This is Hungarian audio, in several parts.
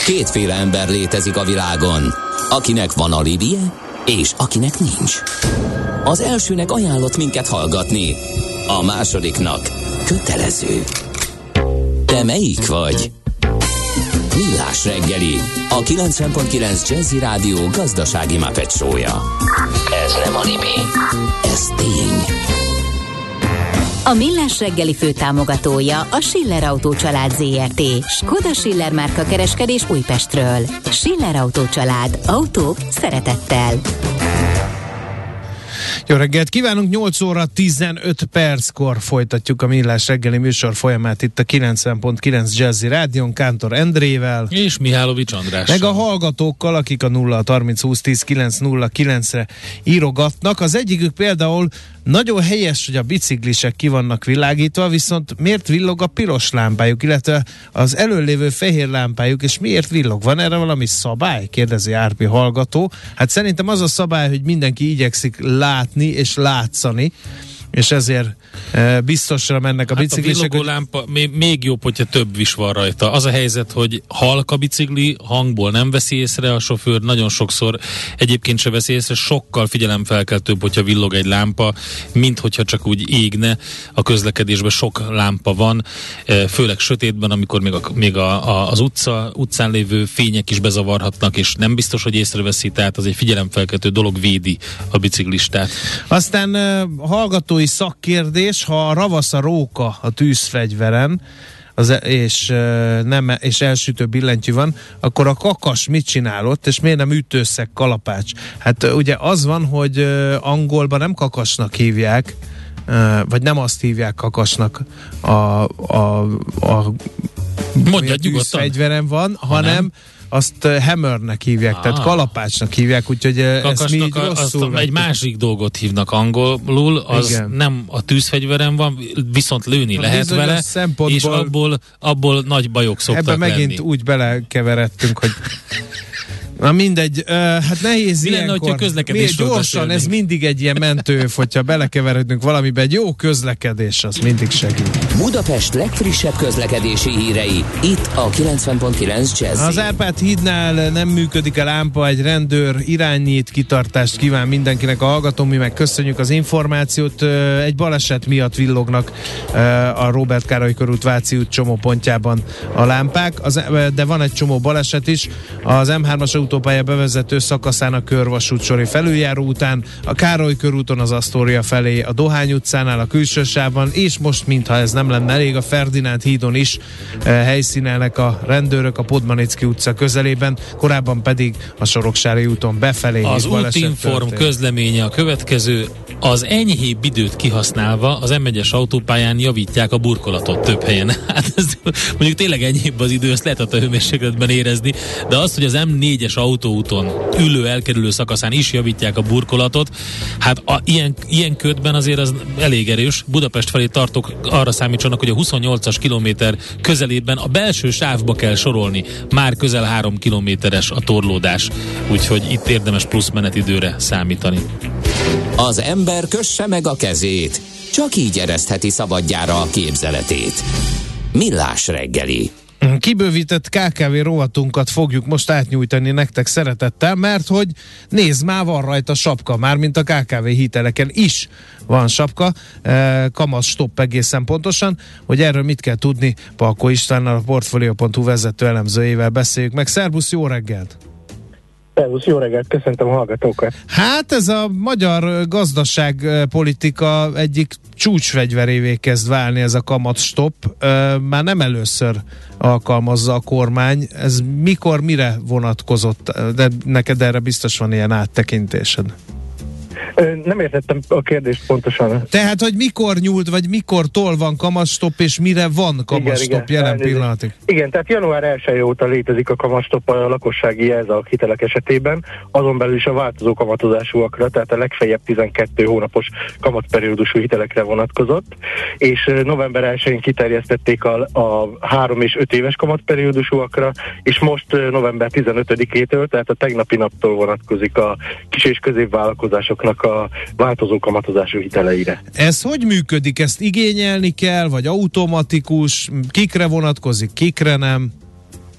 Kétféle ember létezik a világon, akinek van alibije, és akinek nincs. Az elsőnek ajánlott minket hallgatni, a másodiknak kötelező. Te melyik vagy? Millás reggeli, a 90.9 Jazzy Rádió gazdasági Muppet show-ja. Ez nem anime, ez tény. A Millás reggeli főtámogatója a Schiller Autó család ZRT. Skoda Schiller márka kereskedés Újpestről. Schiller Autó család. Autók szeretettel. Jó reggelt kívánunk, 8 óra 15 perckor folytatjuk a Millás reggeli műsor folyamát itt a 90.9 Jazzy Rádión, Kántor Endrével és Mihálovics Andrással. Meg a hallgatókkal, akik a 0-30-20-10-9-0-9-re írogatnak. Az egyikük például nagyon helyes, hogy a biciklisek ki vannak világítva, viszont miért villog a piros lámpájuk, illetve az előlévő fehér lámpájuk, és miért villog? Van erre valami szabály? Kérdezi Árpi hallgató. Hát szerintem az a szabály, hogy mindenki igyekszik látni és látszani, és ezért biztosra mennek a biciklisek. A villogó lámpa még jobb, hogyha több is van rajta. Az a helyzet, hogy halk a bicikli, hangból nem veszi észre a sofőr, nagyon sokszor egyébként se veszi észre, sokkal figyelemfelkeltőbb, hogyha villog egy lámpa, mint hogyha csak úgy égne. A közlekedésben sok lámpa van, főleg sötétben, amikor még az utcán lévő fények is bezavarhatnak, és nem biztos, hogy észreveszi, tehát az egy figyelemfelkeltő dolog, védi a biciklistát. Aztán hallgatói szakkérdés, ha a ravasz a róka a tűzfegyveren, és elsütő billentyű van, akkor a kakas mit csinálott, és miért nem ütőszeg kalapács? Hát ugye az van, hogy angolban nem kakasnak hívják, vagy nem azt hívják kakasnak a tűzfegyveren van, hanem azt hammernek hívják, tehát kalapácsnak hívják, úgyhogy ezt mi így rosszul egy másik dolgot hívnak angolul, az igen. Nem a tűzfegyveren van, viszont lőni lehet vele, és abból nagy bajok szoktak lenni. Ebben megint úgy belekeveredtünk, hogy na mindegy, hát nehéz mi ilyenkor. Lenne, közlekedésről gyorsan, ez mindig egy ilyen mentő, hogyha belekeveredünk valamiben, egy jó közlekedés, az mindig segít. Budapest legfrissebb közlekedési hírei, itt a 90.9 Jazzy. Az Árpád hídnál nem működik a lámpa, egy rendőr irányít, kitartást kíván mindenkinek a hallgatón, mi meg köszönjük az információt. Egy baleset miatt villognak a Róbert Károly körút, Váci út csomópontjában a lámpák, de van egy csomó baleset is. Az M3-as autópálya bevezető szakaszának körvasútsori felüljáró után, a Károly körúton az Asztória felé, a Dohány utcánál a külső sávban, és most, mintha ez nem lenne elég, a Ferdinánd hídon is helyszínelnek a rendőrök a Podmanicki utca közelében, korábban pedig a Soroksári úton befelé. Az Útinform közleménye a következő: az enyhébb időt kihasználva az M1-es autópályán javítják a burkolatot több helyen. Hát ez mondjuk tényleg enyhébb az idő, ezt lehet a hőmérsékletben érezni, de azt, hogy az M4-es autóúton elkerülő szakaszán is javítják a burkolatot, hát ilyen ködben azért az elég erős. Budapest felé tartok, arra számítsanak, hogy a 28-as kilométer közelében a belső sávba kell sorolni. Már közel 3 kilométeres a torlódás, úgyhogy itt érdemes plusz menetidőre számítani. Az ember kösse meg a kezét, csak így eresztheti szabadjára a képzeletét. Millás reggeli. Kibővített KKV rovatunkat fogjuk most átnyújtani nektek szeretettel, mert hogy nézd, már van rajta sapka, mármint a KKV hiteleken is van sapka, kamat stop egészen pontosan, hogy erről mit kell tudni, Palkó Istvánnal, a Portfolio.hu vezető elemzőjével beszéljük meg. Szerbusz, jó reggelt! Szervusz, jó reggelt, köszöntöm a hallgatókat! Hát ez a magyar gazdaságpolitika egyik csúcsfegyverévé kezd válni ez a kamatstop. Már nem először alkalmazza a kormány. Ez mikor, mire vonatkozott? De neked erre biztos van ilyen áttekintésed. Nem értettem a kérdést pontosan. Tehát, hogy mikor nyúlt, vagy mikortól van kamatstop, és mire van kamatstop jelen pillanatig? Igen, tehát január 1 óta létezik a kamatstop a lakossági jelzálog hitelek esetében, azon belül is a változó kamatozásúakra, tehát a legfeljebb 12 hónapos kamatperiódusú hitelekre vonatkozott, és november 1-én kiterjesztették a 3 és 5 éves kamatperiódusúakra, és most november 15-től, tehát a tegnapi naptól vonatkozik a kis- és középvállalkozásoknak a változó kamatozású hiteleire. Ez hogy működik? Ezt igényelni kell, vagy automatikus? Kikre vonatkozik, kikre nem?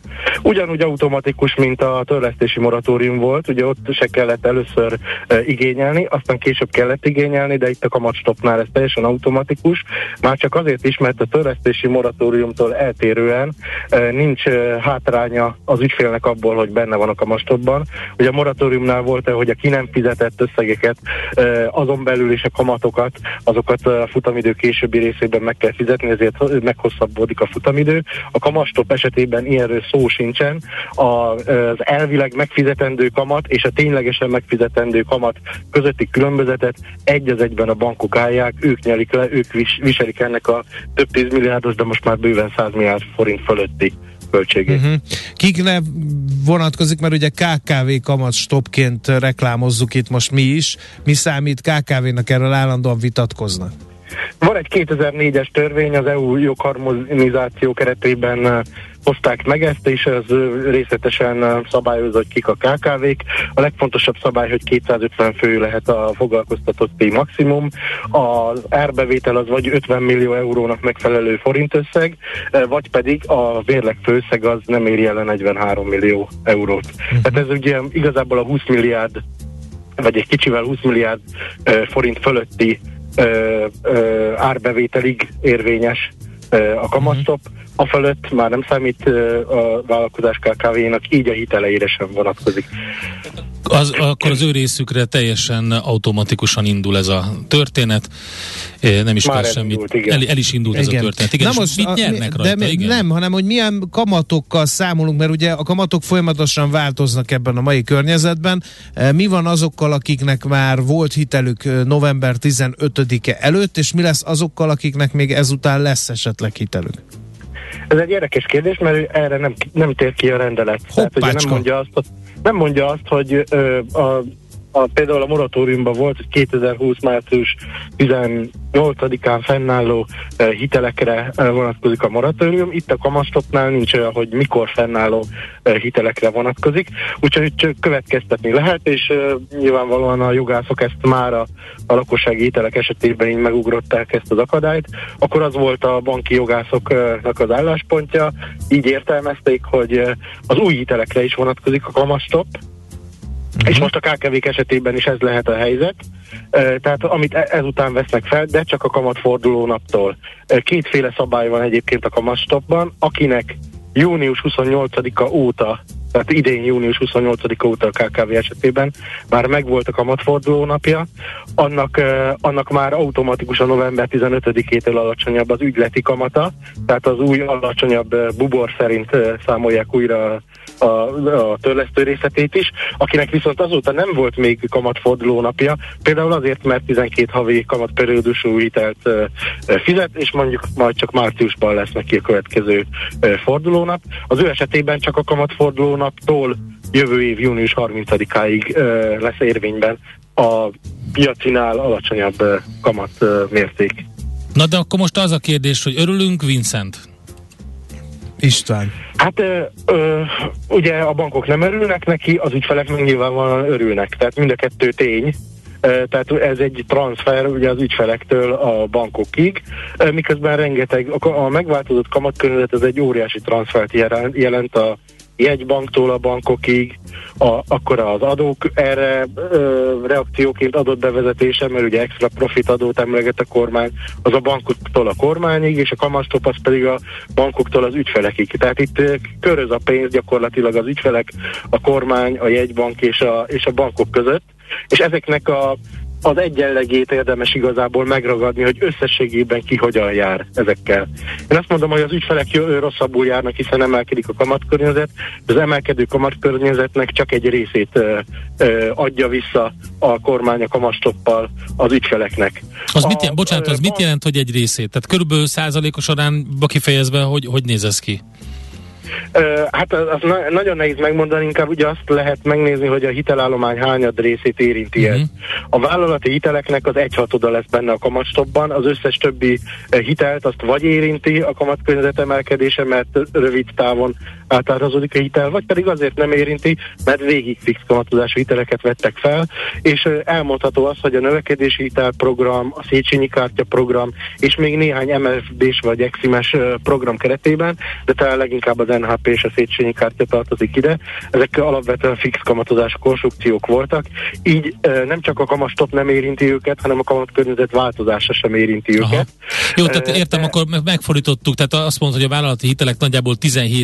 Ugyanúgy automatikus, mint a törlesztési moratórium volt, ugye ott se kellett először igényelni, aztán később kellett igényelni, de itt a kamatstopnál ez teljesen automatikus, már csak azért is, mert a törlesztési moratóriumtól eltérően nincs hátránya az ügyfélnek abból, hogy benne van a kamatstopban. Ugye a moratóriumnál volt, hogy a ki nem fizetett összegeket, azon belül is a kamatokat, azokat a futamidő későbbi részében meg kell fizetni, ezért meghosszabbodik a futamidő. A kamatstop esetében ilyenről szó sincsen. Az elvileg megfizetendő kamat és a ténylegesen megfizetendő kamat közötti különbözetet egy az egyben a bankok állják, ők nyelik le, ők viselik ennek a több 10 milliárdos, de most már bőven 100 milliárd forint fölötti költségét. Kikre vonatkozik, mert ugye KKV kamatstopként reklámozzuk itt most mi is. Mi számít KKV-nak, erről állandóan vitatkoznak? Van egy 2004-es törvény, az EU jogharmonizáció keretében hozták meg ezt, és ez részletesen szabályozza, hogy kik a KKV-k. A legfontosabb szabály, hogy 250 fő lehet a foglalkoztatotti maximum. Az árbevétel az vagy 50 millió eurónak megfelelő forintösszeg, vagy pedig a vérleg főösszeg az nem éri el 43 millió eurót. Tehát ez ugye igazából a 20 milliárd, vagy egy kicsivel 20 milliárd forint fölötti árbevételig érvényes a kamatstop, a fölött már nem számít a vállalkozás KKV-nak, így a hiteleire sem vonatkozik. Akkor az ő részükre teljesen automatikusan indul ez a történet, nem is már kell semmit. Indult, el is indult ez a történet. Igen, na most mit nyernek rajta? Igen? Nem, hanem hogy milyen kamatokkal számolunk, mert ugye a kamatok folyamatosan változnak ebben a mai környezetben. Mi van azokkal, akiknek már volt hitelük november 15-e előtt, és mi lesz azokkal, akiknek még ezután lesz esetleg hitelük? Ez egy érdekes kérdés, mert erre nem tér ki a rendelet. Tehát, ugye nem mondja azt, hogy például a moratóriumban volt, hogy 2020. március 18-án fennálló hitelekre vonatkozik a moratórium. Itt a kamatstopnál nincs olyan, hogy mikor fennálló hitelekre vonatkozik. Úgyhogy csak következtetni lehet, és nyilvánvalóan a jogászok ezt már a lakossági hitelek esetében így megugrották ezt az akadályt. Akkor az volt a banki jogászoknak az álláspontja, így értelmezték, hogy az új hitelekre is vonatkozik a kamatstop, és most a KKV-k esetében is ez lehet a helyzet, tehát amit ezután vesznek fel, de csak a kamatforduló naptól. Kétféle szabály van egyébként a kamatstopban, akinek június 28-a óta, tehát idén június 28-a óta a KKV esetében már megvolt a kamatforduló napja, annak már automatikusan november 15-től alacsonyabb az ügyleti kamata, tehát az új alacsonyabb bubor szerint számolják újra a törlesztő részletét is, akinek viszont azóta nem volt még kamatforduló napja, például azért, mert 12 havi kamatperiódusú hitelt fizet, és mondjuk majd csak márciusban lesz neki a következő fordulónap. Az ő esetében csak a kamatfordulónaptól jövő év június 30-áig lesz érvényben a piacinál alacsonyabb kamat mérték. Na de akkor most az a kérdés, hogy örülünk, Vincent? István. Hát ugye a bankok nem örülnek neki, az ügyfelek meg nyilvánvalóan örülnek, tehát mind a kettő tény. Tehát ez egy transfer ugye az ügyfelektől a bankokig, miközben rengeteg, a megváltozott kamatkörnyezet ez egy óriási transfert jelent a jegybanktól a bankokig, akkor az adók erre reakcióként adott bevezetése, mert ugye extra profit adót emleget a kormány, az a bankoktól a kormányig, és a kamatstop az pedig a bankoktól az ügyfelekig. Tehát itt köröz a pénz gyakorlatilag az ügyfelek, a kormány, a jegybank és a bankok között, és ezeknek az egyenlegét érdemes igazából megragadni, hogy összességében ki hogyan jár ezekkel. Én azt mondom, hogy az ügyfelek rosszabbul járnak, hiszen emelkedik a kamatkörnyezet, de az emelkedő kamatkörnyezetnek csak egy részét adja vissza a kormány a kamatstoppal az ügyfeleknek. Az mit jelent, hogy egy részét? Tehát körülbelül százalékos arányba kifejezve, hogy néz ez ki? Hát az nagyon nehéz megmondani, inkább ugye azt lehet megnézni, hogy a hitelállomány hányad részét érinti ez. A vállalati hiteleknek az 1/6 lesz benne a kamatstopban, az összes többi hitelt azt vagy érinti a kamatkörnyezet emelkedése, mert rövid távon átárazódik a hitel, vagy pedig azért nem érinti, mert végig fix kamatozású hiteleket vettek fel, és elmondható az, hogy a növekedési hitelprogram, a Széchenyi kártya program, és még néhány MFB-s vagy Eximes program keretében, de talán leginkább az NHP és a Széchenyi kártya tartozik ide, ezek alapvetően fix kamatozású konstrukciók voltak, így nem csak a kamatstop nem érinti őket, hanem a kamatkörnyezet változása sem érinti őket. Jó, tehát értem, akkor megfordítottuk, tehát azt mondta, hogy a vállalati hitelek nagyjából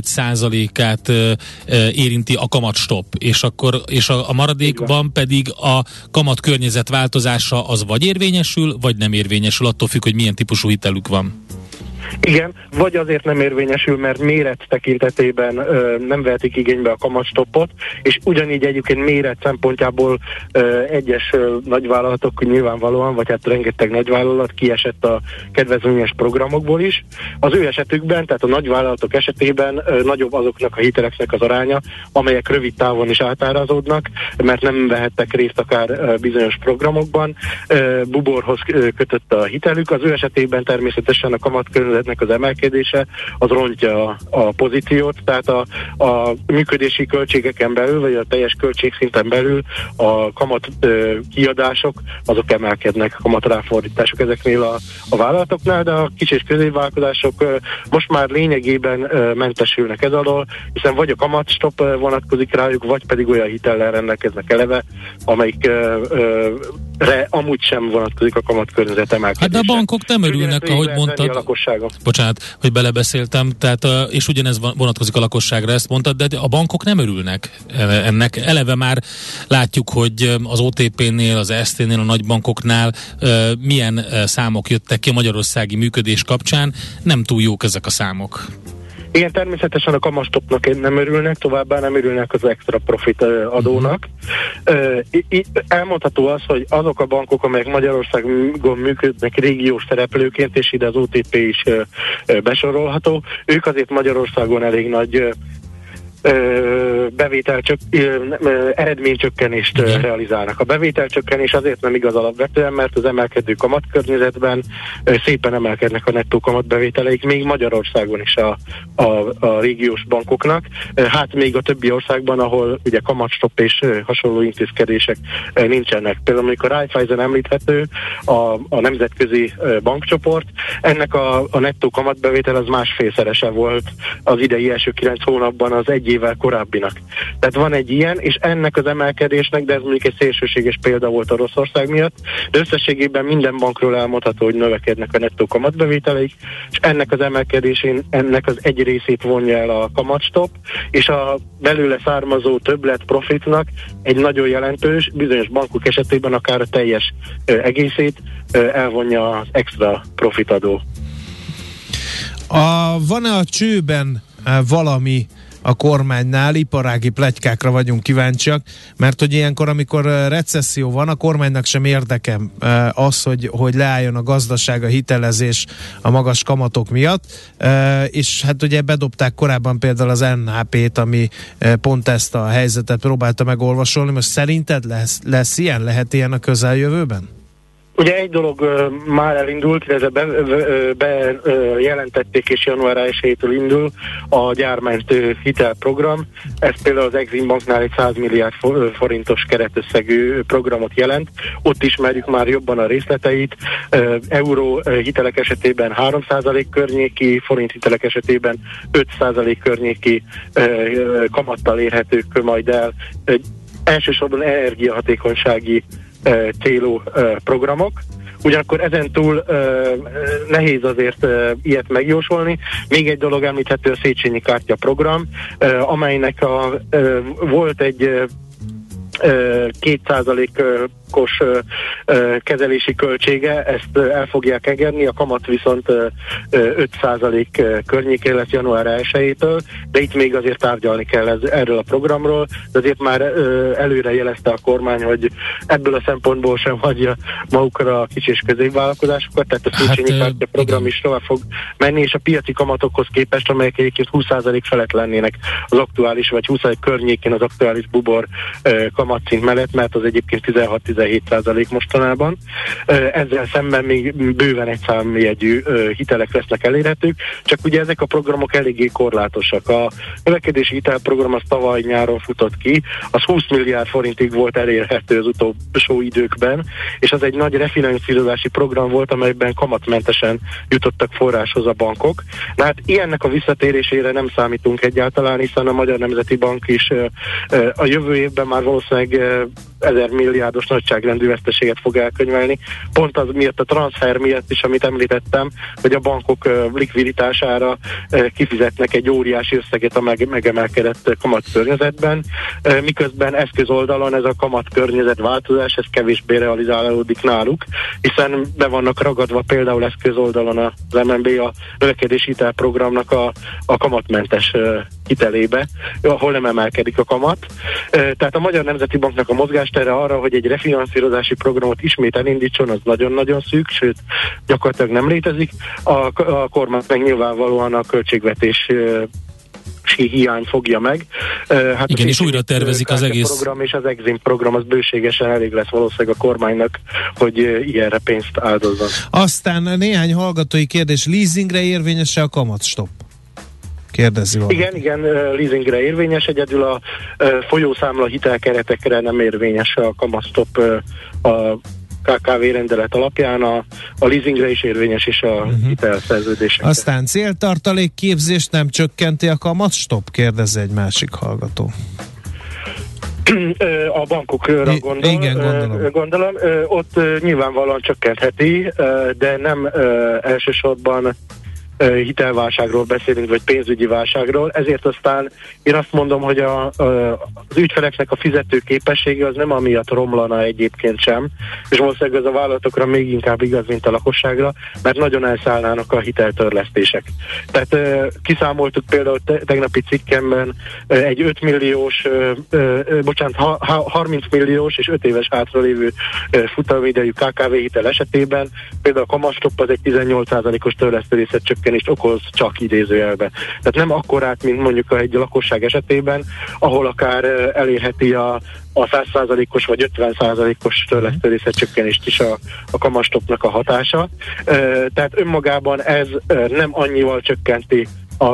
17%-át érinti a kamatstop, és a maradékban pedig a kamatkörnyezet változása az vagy érvényesül, vagy nem érvényesül, attól függ, hogy milyen típusú hitelük van. Igen, vagy azért nem érvényesül, mert méret tekintetében nem vehetik igénybe a kamatstoppot, és ugyanígy egyébként méret szempontjából egyes nagyvállalatok nyilvánvalóan, vagy hát rengeteg nagyvállalat kiesett a kedvezményes programokból is. Az ő esetükben, tehát a nagyvállalatok esetében nagyobb azoknak a hiteleknek az aránya, amelyek rövid távon is átárazódnak, mert nem vehettek részt akár bizonyos programokban. Buborhoz kötött a hitelük, az ő esetében természetesen a kamatkörnyezetnek az emelkedése, az rontja a pozíciót, tehát a működési költségeken belül, vagy a teljes költségszinten belül a kamat kiadások, azok emelkednek, a kamatráfordítások ezeknél a vállalatoknál, de a kis és középvállalkozások most már lényegében mentesülnek ez alól, hiszen vagy a kamatstop vonatkozik rájuk, vagy pedig olyan hitellel rendelkeznek eleve, amelyikre amúgy sem vonatkozik a kamatkörnyezet emelkedése. Hát de a bankok nem örülnek, ahogy mondtad. Bocsánat, hogy belebeszéltem, tehát, és ugyanez vonatkozik a lakosságra, ezt mondtad, de a bankok nem örülnek ennek. Eleve már látjuk, hogy az OTP-nél, az ST-nél, a nagybankoknál milyen számok jöttek ki a magyarországi működés kapcsán. Nem túl jók ezek a számok. Igen, természetesen a kamatstopnak nem örülnek, továbbá nem örülnek az extra profit adónak. Elmondható az, hogy azok a bankok, amelyek Magyarországon működnek régiós szereplőként, és ide az OTP is besorolható, ők azért Magyarországon elég nagy eredménycsökkenést realizálnak. A bevételcsökkenés azért nem igaz alapvetően, mert az emelkedő kamatkörnyezetben szépen emelkednek a nettó kamatbevételeik, még Magyarországon is a régiós bankoknak. Hát még a többi országban, ahol ugye kamatstop és hasonló intézkedések nincsenek. Például amikor a Raiffeisen említhető, a nemzetközi bankcsoport, ennek a nettó kamatbevétel az másfélszerese volt az idei első 9 hónapban az egy évvel korábbinak. Tehát van egy ilyen, és ennek az emelkedésnek, de ez mondjuk egy szélsőséges példa volt Oroszország miatt, de összességében minden bankról elmondható, hogy növekednek a nettó kamatbevételeik, és ennek az emelkedésén, ennek az egy részét vonja el a kamatstop, és a belőle származó többlet profitnak egy nagyon jelentős, bizonyos bankok esetében akár a teljes egészét elvonja az extra profitadó. Van-e a csőben valami a kormánynál, iparági pletykákra vagyunk kíváncsiak, mert hogy ilyenkor, amikor recesszió van, a kormánynak sem érdeke az, hogy leálljon a gazdaság, a hitelezés a magas kamatok miatt, és hát ugye bedobták korábban például az NHP-t, ami pont ezt a helyzetet próbálta megolvasolni. Most szerinted lesz ilyen? Lehet ilyen a közeljövőben? Ugye egy dolog már elindult, illetve bejelentették, és január 1-től indul a gyármentő hitelprogram. Ez például az Exim Banknál egy 100 milliárd forintos keretösszegű programot jelent. Ott ismerjük már jobban a részleteit. Euró hitelek esetében 3% környéki, forint hitelek esetében 5% környéki kamattal érhetők majd el. Elsősorban energiahatékonysági célú programok. Ugyanakkor ezentúl nehéz azért ilyet megjósolni. Még egy dolog említhető, a Széchenyi kártya program, amelynek volt egy 2%-os kezelési költsége, ezt el fogják engedni, a kamat viszont 5% környékén lesz január 1-től, de itt még azért tárgyalni kell erről a programról, de azért már előre jelezte a kormány, hogy ebből a szempontból sem hagyja magukra a kis és középvállalkozásokat, tehát a Széchenyi kártya program is tovább fog menni, és a piaci kamatokhoz képest, amelyek egyébként 20% felett lennének az aktuális, vagy 20% környékén az aktuális bubor kamatszint mellett, mert az egyébként 16-17 17% mostanában. Ezzel szemben még bőven egy számjegyű hitelek lesznek elérhetők, csak ugye ezek a programok eléggé korlátosak. A növekedési hitelprogram az tavaly nyáron futott ki, az 20 milliárd forintig volt elérhető az utolsó időkben, és az egy nagy refinanszírozási program volt, amelyben kamatmentesen jutottak forráshoz a bankok. Na hát ilyennek a visszatérésére nem számítunk egyáltalán, hiszen a Magyar Nemzeti Bank is a jövő évben már valószínűleg 1000 milliárdos nagyságrendű veszteséget fog elkönyvelni. Pont az miatt, a transfer miatt is, amit említettem, hogy a bankok likviditására kifizetnek egy óriási összeget a megemelkedett kamatkörnyezetben, miközben eszközoldalon ez a kamatkörnyezet változás, ez kevésbé realizálódik náluk, hiszen be vannak ragadva például eszközoldalon az MNB a növekedési hitelprogramnak a kamatmentes hitelébe, ahol nem emelkedik a kamat. Tehát a Magyar Nemzeti Banknak a mozgástere arra, hogy egy refinanszírozási programot ismét elindítson, az nagyon-nagyon szűk, sőt gyakorlatilag nem létezik. A kormány meg nyilvánvalóan a költségvetés hiány fogja meg. Hát igen, és újra tervezik az egész program, és az Exim program az bőségesen elég lesz valószínűleg a kormánynak, hogy ilyenre pénzt áldozzon. Aztán néhány hallgatói kérdés, leasingre érvényes-e a kamatstopp? Kérdezi valaki. Igen, leasingre érvényes, egyedül a folyószámla hitelkeretekre nem érvényes a kamatstopp a KKV rendelet alapján, a leasingre is érvényes, és a hitelszerződésekre. Aztán céltartalék képzést nem csökkenti a kamatstopp? Kérdezi egy másik hallgató. A bankokra gondolom. Ott nyilvánvalóan csökkentheti, de nem elsősorban hitelválságról beszélünk, vagy pénzügyi válságról, ezért aztán én azt mondom, hogy az ügyfeleknek a fizető képessége az nem amiatt romlana egyébként sem, és valószínűleg ez a vállalatokra még inkább igaz, mint a lakosságra, mert nagyon elszállnának a hiteltörlesztések. Tehát kiszámoltuk például tegnapi cikkemben egy 30 milliós és 5 éves hátralévő futamidejű KKV hitel esetében például a kamatstopp az egy 18%-os törlesztőrészet csökkenést okoz, csak idézőjelbe. Tehát nem akkorát, mint mondjuk egy lakosság esetében, ahol akár elérheti a 100%-os vagy 50%-os törlesztőrészet csökkenést is a kamatstoppnak a hatása. Tehát önmagában ez nem annyival csökkenti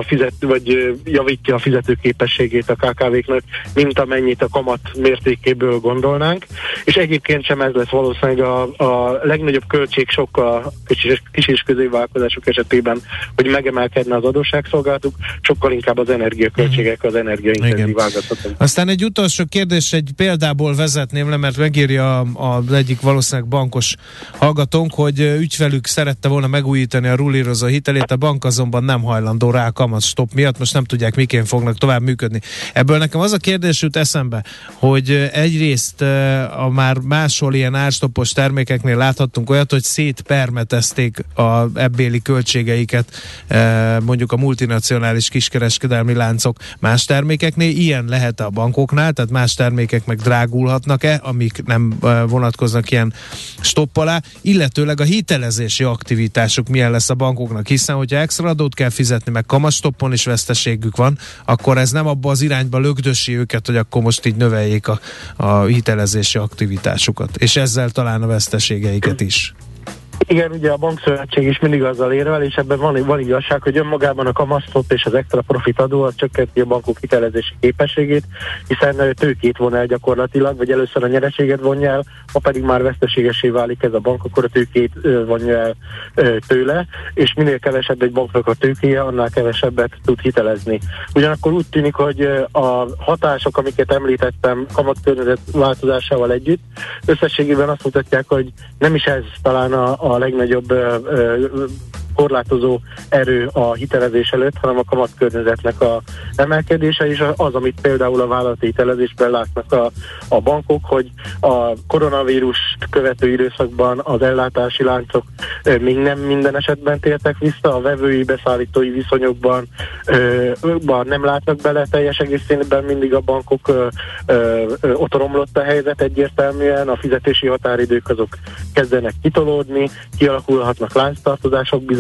vagy javítja a fizetőképességét a KKV-knak, mint amennyit a kamat mértékéből gondolnánk, és egyébként sem ez lesz valószínűleg a legnagyobb költség sokkal kis és középvállalkozások esetében, hogy megemelkedne az adósságszolgálatuk, sokkal inkább az energiaköltségek, az energiaintenzív ágazatok. Aztán egy utolsó kérdés, egy példából vezetném le, mert megírja az egyik valószínűleg bankos hallgatónk, hogy ügyfelük szerette volna megújítani a rullírozó hitelét, a bank azonban nem hajlandó rá kamatstopp miatt, most nem tudják, miként fognak tovább működni. Ebből nekem az a kérdés jut eszembe, hogy egyrészt a már máshol ilyen árstoppos termékeknél láthattunk olyat, hogy szétpermetezték a ebbéli költségeiket mondjuk a multinacionális kiskereskedelmi láncok más termékeknél. Ilyen lehet a bankoknál, tehát más termékek meg drágulhatnak-e, amik nem vonatkoznak ilyen stopp alá, illetőleg a hitelezési aktivitásuk milyen lesz a bankoknak, hiszen hogyha extra adót kell fizetni, meg kamatstoppon is veszteségük van, akkor ez nem abba az irányba lögdösi őket, hogy akkor most így növeljék a hitelezési aktivitásukat, és ezzel talán a veszteségeiket is. Igen, ugye a bankszövetség is mindig azzal érvel, és ebben van igazság, hogy önmagában a kamatstopp és az extra profit adó az csökkenti a bankok hitelezési képességét, hiszen tőkét von el gyakorlatilag, vagy először a nyereséget vonja el, ha pedig már veszteségesé válik ez a bank, akkor a tőkét vonja el tőle, és minél kevesebb egy banknak a tőkéje, annál kevesebbet tud hitelezni. Ugyanakkor úgy tűnik, hogy a hatások, amiket említettem kamatkörnyezet változásával együtt, összességében azt mutatják, hogy nem is ez talán a legnagyobb korlátozó erő a hitelezés előtt, hanem a kamatkörnyezetnek a emelkedése, és az, amit például a vállalati hitelezésben látnak a bankok, hogy a koronavírust követő időszakban az ellátási láncok még nem minden esetben tértek vissza, a vevői beszállítói viszonyokban nem látnak bele teljes egészében mindig a bankok, ott romlott a helyzet egyértelműen, a fizetési határidők azok kezdenek kitolódni, kialakulhatnak lánctartozások bizony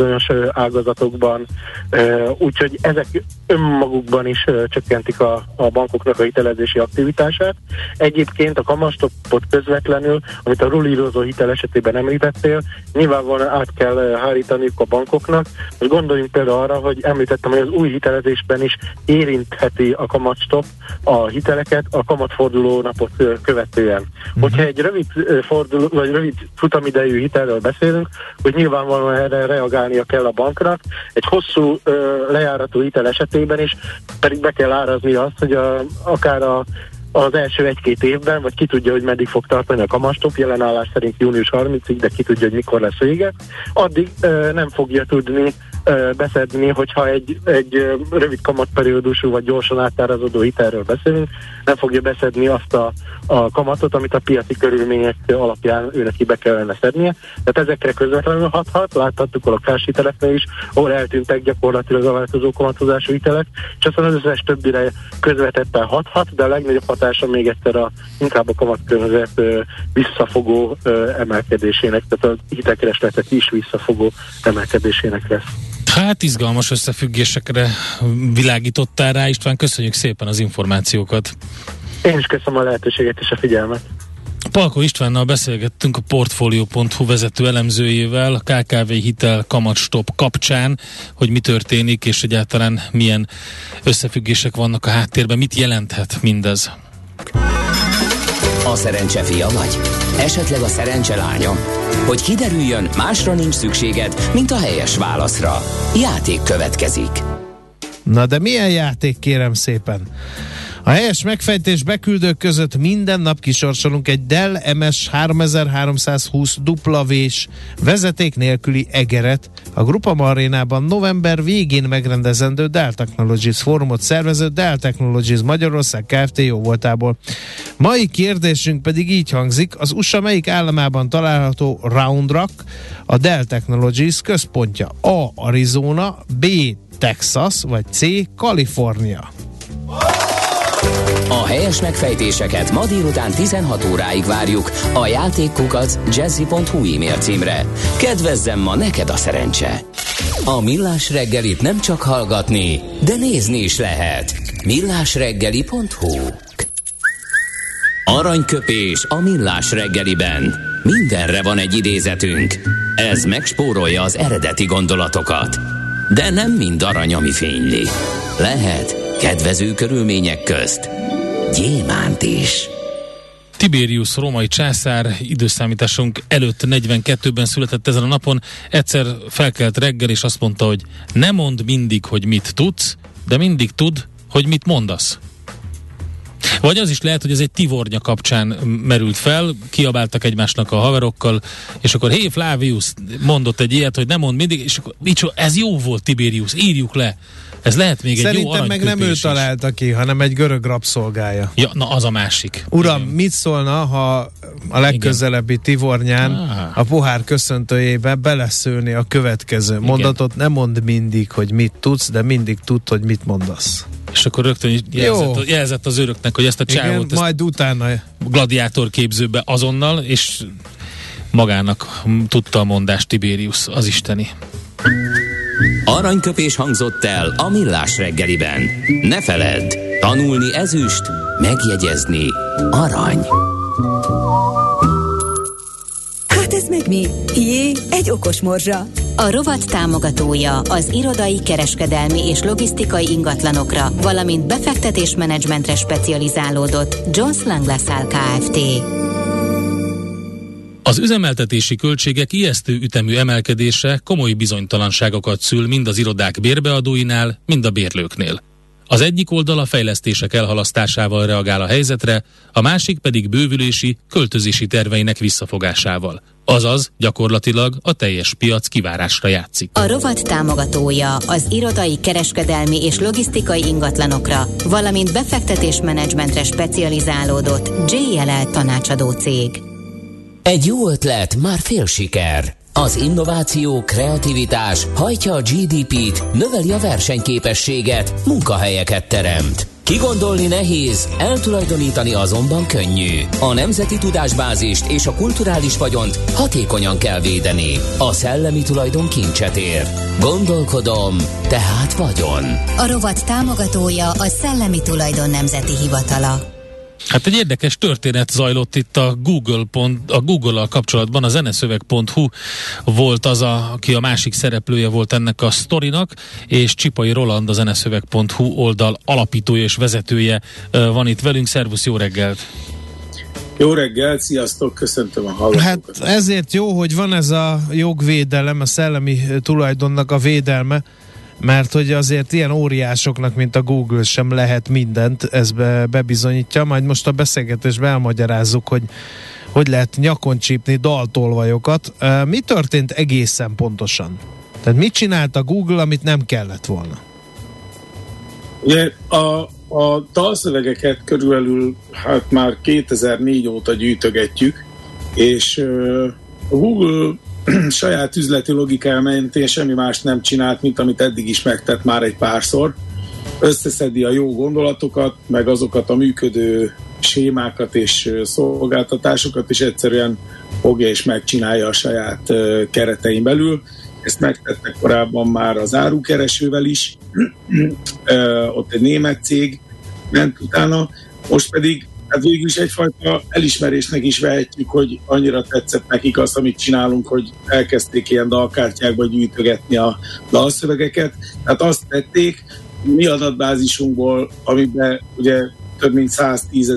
bizonyos ágazatokban, úgyhogy ezek önmagukban is csökkentik a bankoknak a hitelezési aktivitását. Egyébként a kamatstoppot közvetlenül, amit a rullírozó hitel esetében említettél, nyilvánvalóan át kell hárítaniuk a bankoknak. Most gondoljunk például arra, hogy említettem, hogy az új hitelezésben is érintheti a kamatstopp a hiteleket a kamatforduló napot követően. Hogyha egy rövid futamidejű hitelről beszélünk, hogy nyilvánvalóan erre reagálnia kell a banknak, egy hosszú lejáratú hitel esetében is pedig be kell árazni azt, hogy akár az első 1-2 évben, vagy ki tudja, hogy meddig fog tartani a kamatstopp, jelen állás szerint június 30-ig, de ki tudja, hogy mikor lesz vége, addig nem fogja tudni beszedni, hogyha egy rövid kamatperiódusú vagy gyorsan átárazódó hitelről beszélünk, nem fogja beszedni azt a kamatot, amit a piaci körülmények alapján őnek be kellene szednie. Tehát ezekre közvetlenül hathat, láthattuk a lakáshiteleknél is, ahol eltűntek gyakorlatilag a változó kamatozású hitelek, és aztán az összes többire közvetetten hathat, de a legnagyobb hatása még egyszer inkább a kamatkörnyezet visszafogó emelkedésének, tehát a hitelkeresletek is visszafogó emelkedésének lesz. Hát izgalmas összefüggésekre világítottál rá, István, köszönjük szépen az információkat. Én is köszönöm a lehetőséget és a figyelmet. Palko Istvánnal beszélgettünk, a Portfolio.hu vezető elemzőjével a KKV hitel kamatstopp kapcsán, hogy mi történik, és egyáltalán milyen összefüggések vannak a háttérben, mit jelenthet mindez. A szerencse fia vagy? Esetleg a szerencse lánya? Hogy kiderüljön, másra nincs szükséged, mint a helyes válaszra. Játék következik. Na de milyen játék, kérem szépen? A helyes megfejtés beküldők között minden nap kisorsolunk egy Dell MS 3320 W-s vezeték nélküli egeret. A Groupama Arénában november végén megrendezendő Dell Technologies fórumot szervező Dell Technologies Magyarország Kft. Jóvoltából. Mai kérdésünk pedig így hangzik: az USA melyik államában található Round Rock, a Dell Technologies központja? A. Arizona, B. Texas, vagy C. Kalifornia? A helyes megfejtéseket ma délután 16 óráig várjuk a játékkukac@jazzy.hu e-mail címre. Kedvezzem ma neked a szerencse! A Millás reggelit nem csak hallgatni, de nézni is lehet. millásreggeli.hu. Aranyköpés a Millás reggeliben. Mindenre van egy idézetünk. Ez megspórolja az eredeti gondolatokat. De nem mind arany, ami fényli. Lehet kedvező körülmények közt gyémánt is. Tiberius római császár időszámításunk előtt 42-ben született ezen a napon. Egyszer felkelt reggel, és azt mondta, hogy ne mondd mindig, hogy mit tudsz, de mindig tudd, hogy mit mondasz. Vagy az is lehet, hogy ez egy tivornya kapcsán merült fel, kiabáltak egymásnak a haverokkal, és akkor hé, Flavius mondott egy ilyet, hogy ne mondd mindig, és akkor ez jó volt, Tiberius, írjuk le. Ez lehet még szerintem egy jó aranyköpés. Meg nem ő találta ki, hanem egy görög rabszolgája. Ja, na az a másik. Uram, igen. Mit szólna, ha a legközelebbi tivornyán a pohár köszöntőjébe beleszőni a következő mondatot? Nem mondd mindig, hogy mit tudsz, de mindig tudd, hogy mit mondasz. És akkor rögtön jelzett az öröknek, hogy ezt a csávót majd utána gladiátor képzőbe azonnal, és magának tudta a mondást Tiberius, az isteni. Aranyköpés hangzott el a Millás reggeliben. Ne feledd, tanulni ezüst, megjegyezni arany. Hát ez meg mi? Jé, egy okos morzsa. A rovat támogatója az irodai, kereskedelmi és logisztikai ingatlanokra, valamint befektetésmenedzsmentre specializálódott Jones Lang LaSalle Kft. Az üzemeltetési költségek ijesztő ütemű emelkedése komoly bizonytalanságokat szül mind az irodák bérbeadóinál, mind a bérlőknél. Az egyik oldal a fejlesztések elhalasztásával reagál a helyzetre, a másik pedig bővülési, költözési terveinek visszafogásával. Azaz, gyakorlatilag a teljes piac kivárásra játszik. A rovat támogatója az irodai, kereskedelmi és logisztikai ingatlanokra, valamint befektetésmenedzsmentre specializálódott JLL tanácsadó cég. Egy jó ötlet, már fél siker. Az innováció, kreativitás hajtja a GDP-t, növeli a versenyképességet, munkahelyeket teremt. Kigondolni nehéz, eltulajdonítani azonban könnyű. A nemzeti tudásbázist és a kulturális vagyont hatékonyan kell védeni. A szellemi tulajdon kincset ér. Gondolkodom, tehát vagyon. A rovat támogatója a Szellemi Tulajdon Nemzeti Hivatala. Hát egy érdekes történet zajlott itt a Google-al kapcsolatban. A zeneszöveg.hu volt az, aki a másik szereplője volt ennek a sztorinak, és Csipai Roland, a zeneszöveg.hu oldal alapítója és vezetője van itt velünk. Szervusz, jó reggelt! Jó reggelt, sziasztok, köszöntöm a hallgatókat. Hát ezért jó, hogy van ez a jogvédelem, a szellemi tulajdonnak a védelme, mert hogy azért ilyen óriásoknak, mint a Google sem lehet mindent, ez bebizonyítja. Majd most a beszélgetésben elmagyarázzuk, hogy lehet nyakon csípni daltolvajokat. Mi történt egészen pontosan? Tehát mit csinált a Google, amit nem kellett volna? Ugye a dalszövegeket körülbelül hát már 2004 óta gyűjtögetjük, és a Google saját üzleti logikája mentén semmi más nem csinált, mint amit eddig is megtett már egy párszor. Összeszedi a jó gondolatokat, meg azokat a működő sémákat és szolgáltatásokat, és egyszerűen fogja és megcsinálja a saját keretein belül. Ezt megtette korábban már az árukeresővel is, ott egy német cég ment utána, most pedig hát végül is egyfajta elismerésnek is vehetjük, hogy annyira tetszett nekik azt, amit csinálunk, hogy elkezdték ilyen dalkártyákba gyűjtögetni a dalszövegeket. Tehát azt tették, mi adatbázisunkból, amiben ugye több mint 110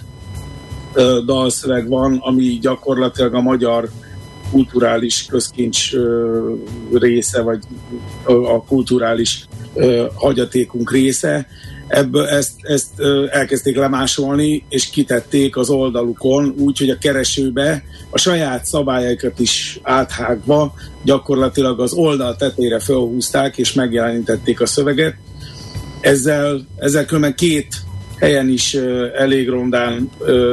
000 dalszöveg van, ami gyakorlatilag a magyar kulturális közkincs része, vagy a kulturális hagyatékunk része. Ebből ezt elkezdték lemásolni, és kitették az oldalukon, úgyhogy a keresőbe a saját szabályaikat is áthágva gyakorlatilag az oldal tetejére felhúzták, és megjelenítették a szöveget. Ezzel különben 2 helyen is elég rondán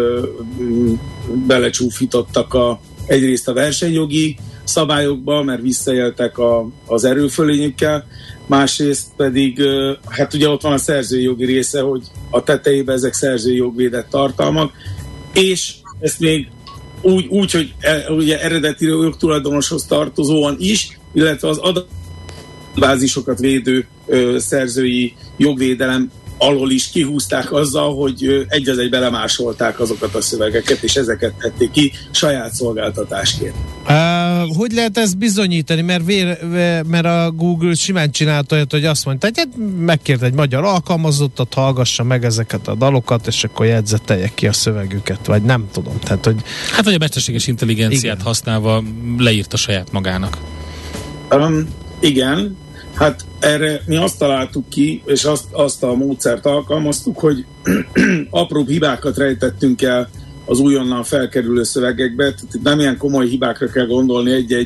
belecsúfítottak egyrészt a versenyjogi szabályokba, mert visszaéltek az erőfölényükkel, másrészt pedig, hát ugye ott van a szerzői jogi része, hogy a tetejében ezek szerzői jogvédett tartalmak, és ezt még úgy hogy ugye eredeti jogtulajdonoshoz tartozóan is, illetve az adatbázisokat védő szerzői jogvédelem alól is kihúzták azzal, hogy egy az egy belemásolták azokat a szövegeket, és ezeket tették ki saját szolgáltatásként. Hogy lehet ezt bizonyítani? Mert a Google simán csinált olyat, hogy azt mondta, hogy megkért egy magyar alkalmazottat, hallgassa meg ezeket a dalokat, és akkor jegyzetelje ki a szövegüket, vagy nem tudom. Tehát, hogy... Hát, hogy a mesterséges intelligenciát használva leírta saját magának. Igen. Hát erre mi azt találtuk ki, és azt a módszert alkalmaztuk, hogy apróbb hibákat rejtettünk el az újonnan felkerülő szövegekbe, tehát nem ilyen komoly hibákra kell gondolni, egy-egy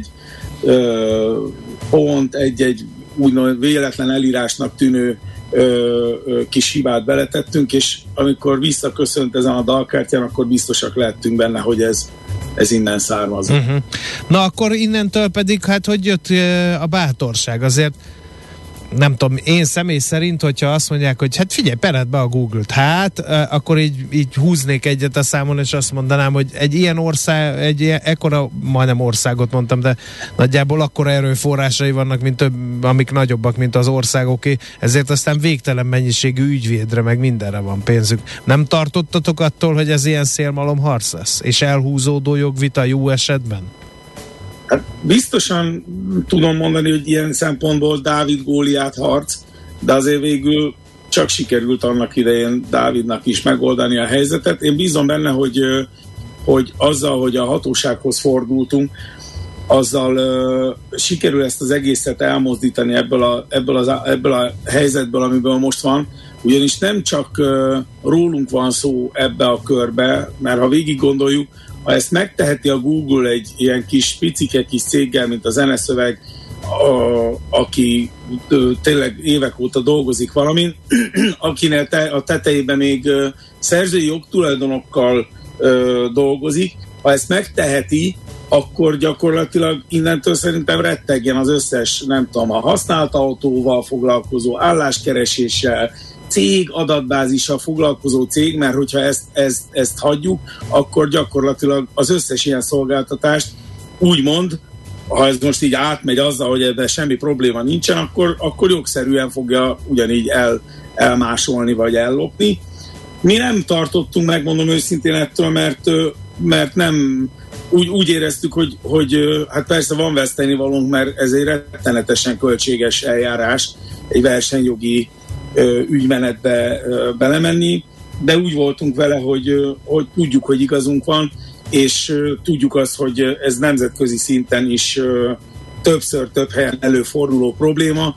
pont, egy-egy úgymond véletlen elírásnak tűnő kis hibát beletettünk, és amikor visszaköszönt ezen a dalkártyán, akkor biztosak lehettünk benne, hogy ez innen származik. Uh-huh. Na akkor innentől pedig, hát hogy jött a bátorság? Azért nem tudom, én személy szerint, hogyha azt mondják, hogy hát figyelj, pered be a Google-t, hát akkor így húznék egyet a számon, és azt mondanám, hogy egy ilyen ország, egy ilyen, ekkora, majdnem országot mondtam, de nagyjából akkora erőforrásai vannak, amik nagyobbak, mint az országoké, ezért aztán végtelen mennyiségű ügyvédre, meg mindenre van pénzük. Nem tartottatok attól, hogy ez ilyen szélmalomharc lesz? És elhúzódó jogvita jó esetben? Hát biztosan tudom mondani, hogy ilyen szempontból Dávid-Góliát harc, de azért végül csak sikerült annak idején Dávidnak is megoldani a helyzetet. Én bízom benne, hogy azzal, hogy a hatósághoz fordultunk, azzal sikerül ezt az egészet elmozdítani ebből a helyzetből, amiből most van, ugyanis nem csak rólunk van szó ebbe a körbe, mert ha végig gondoljuk, ha ezt megteheti a Google egy ilyen kis picike kis céggel, mint a zeneszöveg, aki tényleg évek óta dolgozik valamin, akinek a tetejében még szerzői jogtulajdonokkal dolgozik, ha ezt megteheti, akkor gyakorlatilag innentől szerintem rettegjen az összes, nem tudom, a használt autóval foglalkozó, álláskereséssel, cég adatbázissal foglalkozó cég, mert hogyha ezt hagyjuk, akkor gyakorlatilag az összes ilyen szolgáltatást úgymond, ha ez most így átmegy azzal, hogy ebben semmi probléma nincsen, akkor jogszerűen fogja ugyanígy elmásolni vagy ellopni. Mi nem tartottunk, megmondom őszintén ettől, mert nem úgy éreztük, hogy hát persze van vesztenivalónk, mert ez egy rettenetesen költséges eljárás, egy versenyjogi ügymenetbe belemenni, de úgy voltunk vele, hogy tudjuk, hogy igazunk van, és tudjuk azt, hogy ez nemzetközi szinten is többször több helyen előforduló probléma.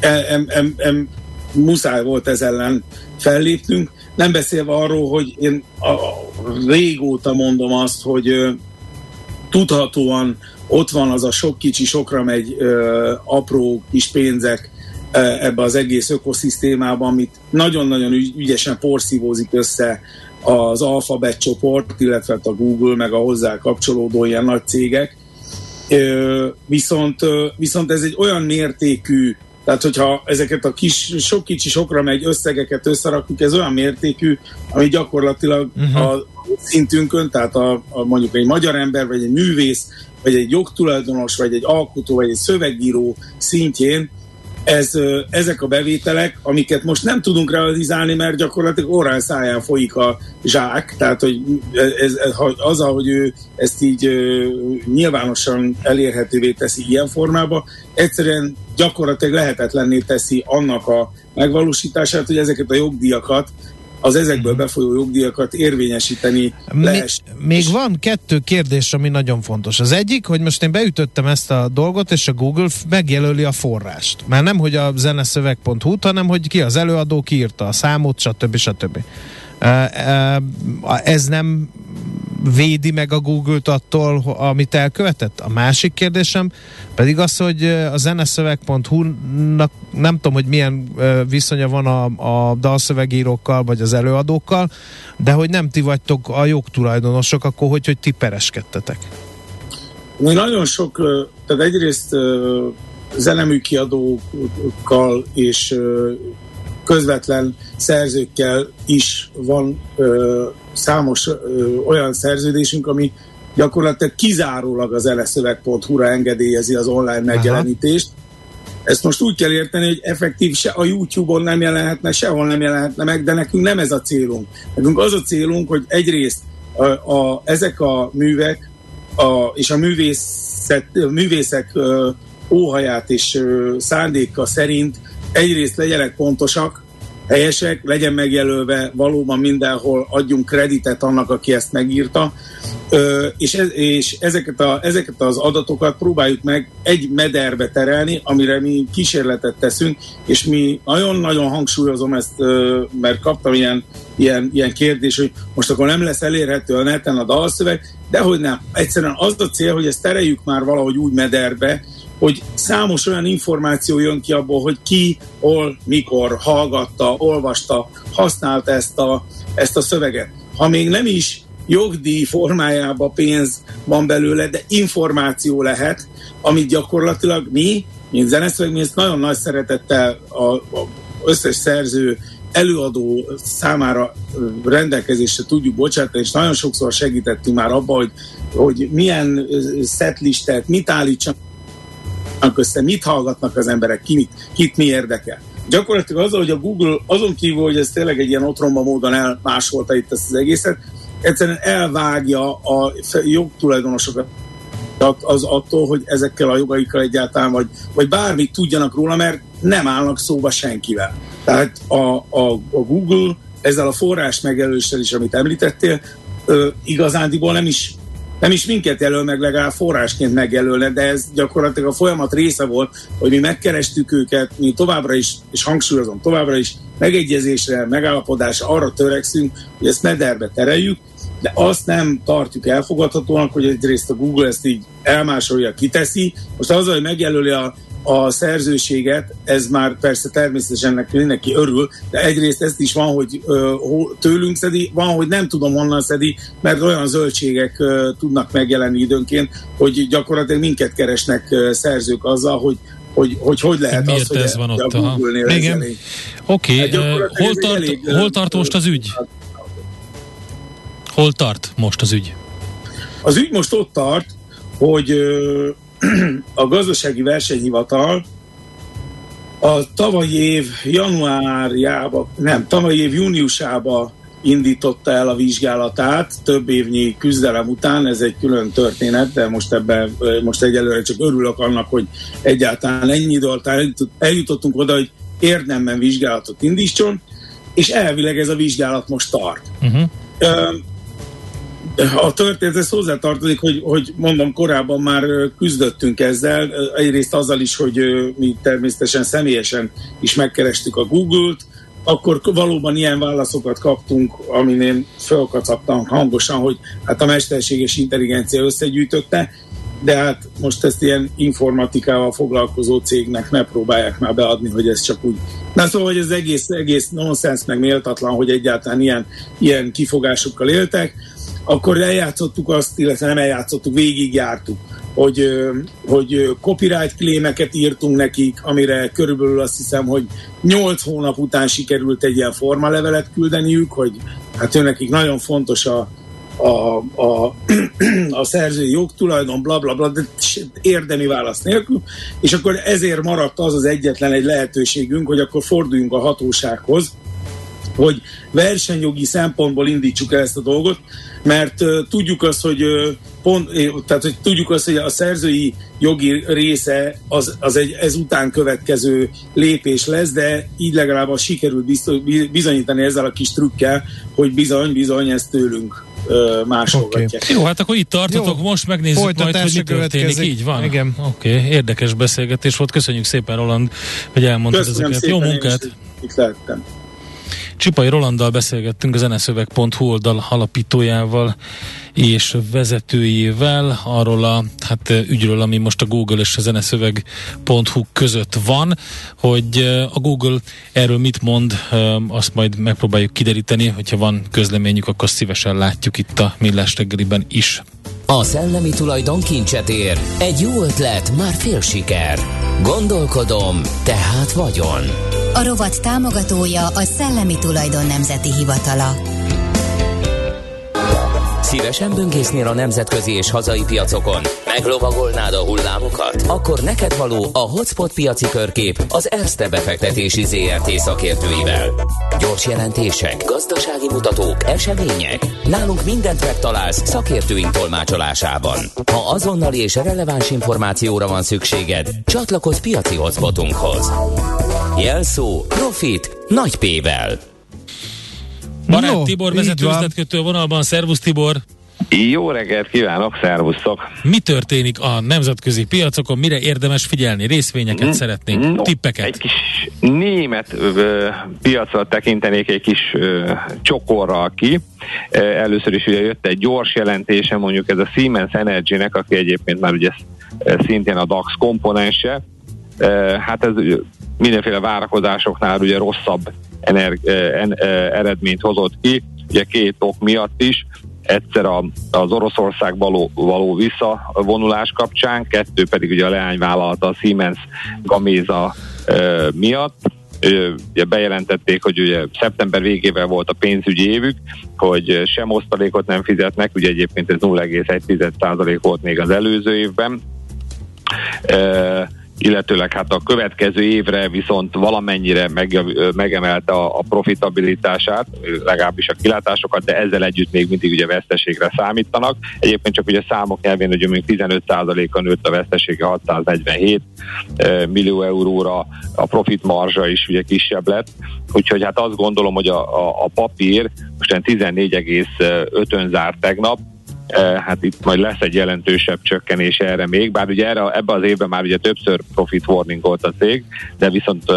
Muszáj volt ez ellen fellépnünk. Nem beszélve arról, hogy én régóta mondom azt, hogy tudhatóan ott van az a sok kicsi, sokra megy apró kis pénzek ebbe az egész ökoszisztémában, amit nagyon-nagyon ügyesen porszívózik össze az Alphabet csoport, illetve a Google, meg a hozzá kapcsolódó ilyen nagy cégek. Viszont ez egy olyan mértékű, tehát hogyha ezeket a sok kicsi, sokra megy összegeket összerakjuk, ez olyan mértékű, ami gyakorlatilag a szintünkön, tehát mondjuk egy magyar ember, vagy egy művész, vagy egy jogtulajdonos, vagy egy alkotó, vagy egy szövegíró szintjén ezek a bevételek, amiket most nem tudunk realizálni, mert gyakorlatilag orrán száján folyik a zsák, tehát hogy azzal, hogy ő ezt így nyilvánosan elérhetővé teszi ilyen formában, egyszerűen gyakorlatilag lehetetlenné teszi annak a megvalósítását, hogy ezeket a jogdíjakat, az ezekből befolyó jogdíjakat érvényesíteni lehessen. Még van 2 kérdés, ami nagyon fontos. Az egyik, hogy most én beütöttem ezt a dolgot, és a Google megjelöli a forrást. Már nem, hogy a zeneszöveg.hu-t, hanem, hogy ki az előadó, ki írta a számot, stb. Ez nem védi meg a Google-t attól, amit elkövetett? A másik kérdésem pedig az, hogy a zeneszöveg.hu-nak nem tudom, hogy milyen viszonya van a dalszövegírókkal, vagy az előadókkal, de hogy nem ti vagytok a jogtulajdonosok, akkor hogy ti pereskedtetek? Mi nagyon sok, tehát egyrészt zeneműkiadókkal és közvetlen szerzőkkel is van számos olyan szerződésünk, ami gyakorlatilag kizárólag az zeneszöveg.hu-ra engedélyezi az online megjelenítést. Ezt most úgy kell érteni, hogy effektív se a YouTube-on nem jelenhetne, sehol nem jelenhetne meg, de nekünk nem ez a célunk. Nekünk az a célunk, hogy egyrészt ezek a művek és a művészek óhaját és szándéka szerint egyrészt legyenek pontosak, helyesek, legyen megjelölve valóban mindenhol, adjunk kreditet annak, aki ezt megírta, és ezeket az adatokat próbáljuk meg egy mederbe terelni, amire mi kísérletet teszünk, és mi nagyon-nagyon hangsúlyozom ezt, mert kaptam ilyen kérdés, hogy most akkor nem lesz elérhető a neten a dalszöveg, de hogy nem. Egyszerűen az a cél, hogy ezt tereljük már valahogy úgy mederbe, hogy számos olyan információ jön ki abból, hogy ki, hol, mikor hallgatta, olvasta, használta ezt a szöveget. Ha még nem is jogdíj formájában pénz van belőle, de információ lehet, amit gyakorlatilag mi, mint zeneszöveg, mi ezt nagyon nagy szeretettel az összes szerző, előadó számára rendelkezésre tudjuk bocsátani, és nagyon sokszor segítettünk már abban, hogy milyen setlistet, mit állítsanak össze, mit hallgatnak az emberek, kit mi érdekel. Gyakorlatilag azzal, hogy a Google azon kívül, hogy ez tényleg egy ilyen otromba módon elmásolta itt ezt az egészet, egyszerűen elvágja a jogtulajdonosokat az attól, hogy ezekkel a jogaikkal egyáltalán, vagy bármit tudjanak róla, mert nem állnak szóba senkivel. Tehát a Google ezzel a forrás megjelöléssel is, amit említettél, igazándiból nem is minket jelöl meg, legalább forrásként megjelölne, de ez gyakorlatilag a folyamat része volt, hogy mi megkerestük őket, mi továbbra is, és hangsúlyozom, továbbra is megegyezésre, megállapodásra arra törekszünk, hogy ezt mederbe tereljük, de azt nem tartjuk elfogadhatónak, hogy egyrészt a Google ezt így elmásolja, kiteszi. Most azzal, hogy megjelöli a a szerzőséget, ez már persze természetesen neki örül, de egyrészt ezt is van, hogy tőlünk szedi, van, hogy nem tudom honnan szedi, mert olyan zöldségek tudnak megjelenni időnként, hogy gyakorlatilag minket keresnek szerzők azzal, hogy lehet miért az, hogy ez van ott? a Google-nél igen. Oké, hol tart most az ügy? Hol tart most az ügy? Az ügy most ott tart, hogy a Gazdasági Versenyhivatal a tavalyi év júniusába indította el a vizsgálatát, több évnyi küzdelem után, ez egy külön történet, de most egyelőre csak örülök annak, hogy egyáltalán ennyi idő után eljutottunk oda, hogy érdemben vizsgálatot indítson, és elvileg ez a vizsgálat most tart. A történethez hozzátartozik, hogy mondom, korábban már küzdöttünk ezzel, egyrészt azzal is, hogy mi természetesen személyesen is megkerestük a Google-t, akkor valóban ilyen válaszokat kaptunk, amin én felkacagtam hangosan, hogy hát a mesterséges intelligencia összegyűjtötte, de hát most ezt ilyen informatikával foglalkozó cégnek ne próbálják már beadni, hogy ez csak úgy. Na szóval, hogy ez egész nonsens, meg méltatlan, hogy egyáltalán ilyen kifogásokkal éltek. Akkor eljátszottuk azt, illetve nem eljátszottuk, végigjártuk, hogy copyright claimeket írtunk nekik, amire körülbelül azt hiszem, hogy 8 hónap után sikerült egy ilyen formalevelet küldeniük, hogy hát nekik nagyon fontos a szerzői jogtulajdon, blablabla, de érdemi válasz nélkül, és akkor ezért maradt az egyetlen egy lehetőségünk, hogy akkor forduljunk a hatósághoz, hogy versenyjogi szempontból indítsuk el ezt a dolgot, mert tudjuk azt, hogy tudjuk azt, hogy a szerzői jogi része az egy ezután következő lépés lesz, de így legalább sikerült bizonyítani ezzel a kis trükkel, hogy bizony ezt tőlünk másolgatják. Okay. Jó, hát akkor itt tartotok, most megnézzük majd, hogy mi történik. Így van? Igen. Oké, érdekes beszélgetés volt. Köszönjük szépen, Roland, hogy elmondtad ezeket. Jó munkát! Itt lehettem. Csipai Rolanddal beszélgettünk, a zeneszöveg.hu oldal alapítójával és vezetőjével arról a ügyről, ami most a Google és a zeneszöveg.hu között van, hogy a Google erről mit mond, azt majd megpróbáljuk kideríteni, hogyha van közleményük, akkor szívesen látjuk itt a Millás reggeliben is. A szellemi tulajdon kincset ér. Egy jó ötlet, már fél siker. Gondolkodom, tehát vagyon. A rovat támogatója a Szellemi Tulajdon Nemzeti Hivatala. Szívesen böngésznél a nemzetközi és hazai piacokon? Meglovagolnád a hullámokat? Akkor neked való a Hotspot piaci körkép az Erste befektetési ZRT szakértőivel. Gyors jelentések, gazdasági mutatók, események. Nálunk mindent megtalálsz szakértőink tolmácsolásában. Ha azonnali és releváns információra van szükséged, csatlakozz piaci hotspotunkhoz. Jelszó Profit nagy P-vel. Barát Tibor vezető üzletkötő vonalban. Szervusz Tibor! Jó reggelt kívánok, szervusztok! Mi történik a nemzetközi piacokon? Mire érdemes figyelni? Részvényeket szeretnénk, tippeket? Egy kis német piacra tekintenék egy kis csokorral ki. Először is ugye jött egy gyors jelentése, mondjuk ez a Siemens Energy-nek, aki egyébként már ugye szintén a DAX komponense. Hát ez mindenféle várakozásoknál ugye rosszabb eredményt hozott ki, ugye két ok miatt is. Egyszer az Oroszország való visszavonulás kapcsán, kettő pedig ugye a leányvállalata a Siemens Gamesa miatt. Ugye bejelentették, hogy ugye szeptember végével volt a pénzügyi évük, hogy sem osztalékot nem fizetnek, ugye egyébként ez 0,1% volt még az előző évben. Illetőleg hát a következő évre viszont valamennyire megemelte a profitabilitását, legalábbis a kilátásokat, de ezzel együtt még mindig ugye veszteségre számítanak. Egyébként csak ugye számok nyelvén, hogy még 15%-a nőtt a vesztesége 647 millió euróra, a profit marzsa is ugye kisebb lett. Úgyhogy hát azt gondolom, hogy a papír most 14,5-ön zárt tegnap, hát itt majd lesz egy jelentősebb csökkenés erre még, bár ugye ebben az évben már ugye többször profit warning volt a cég, de viszont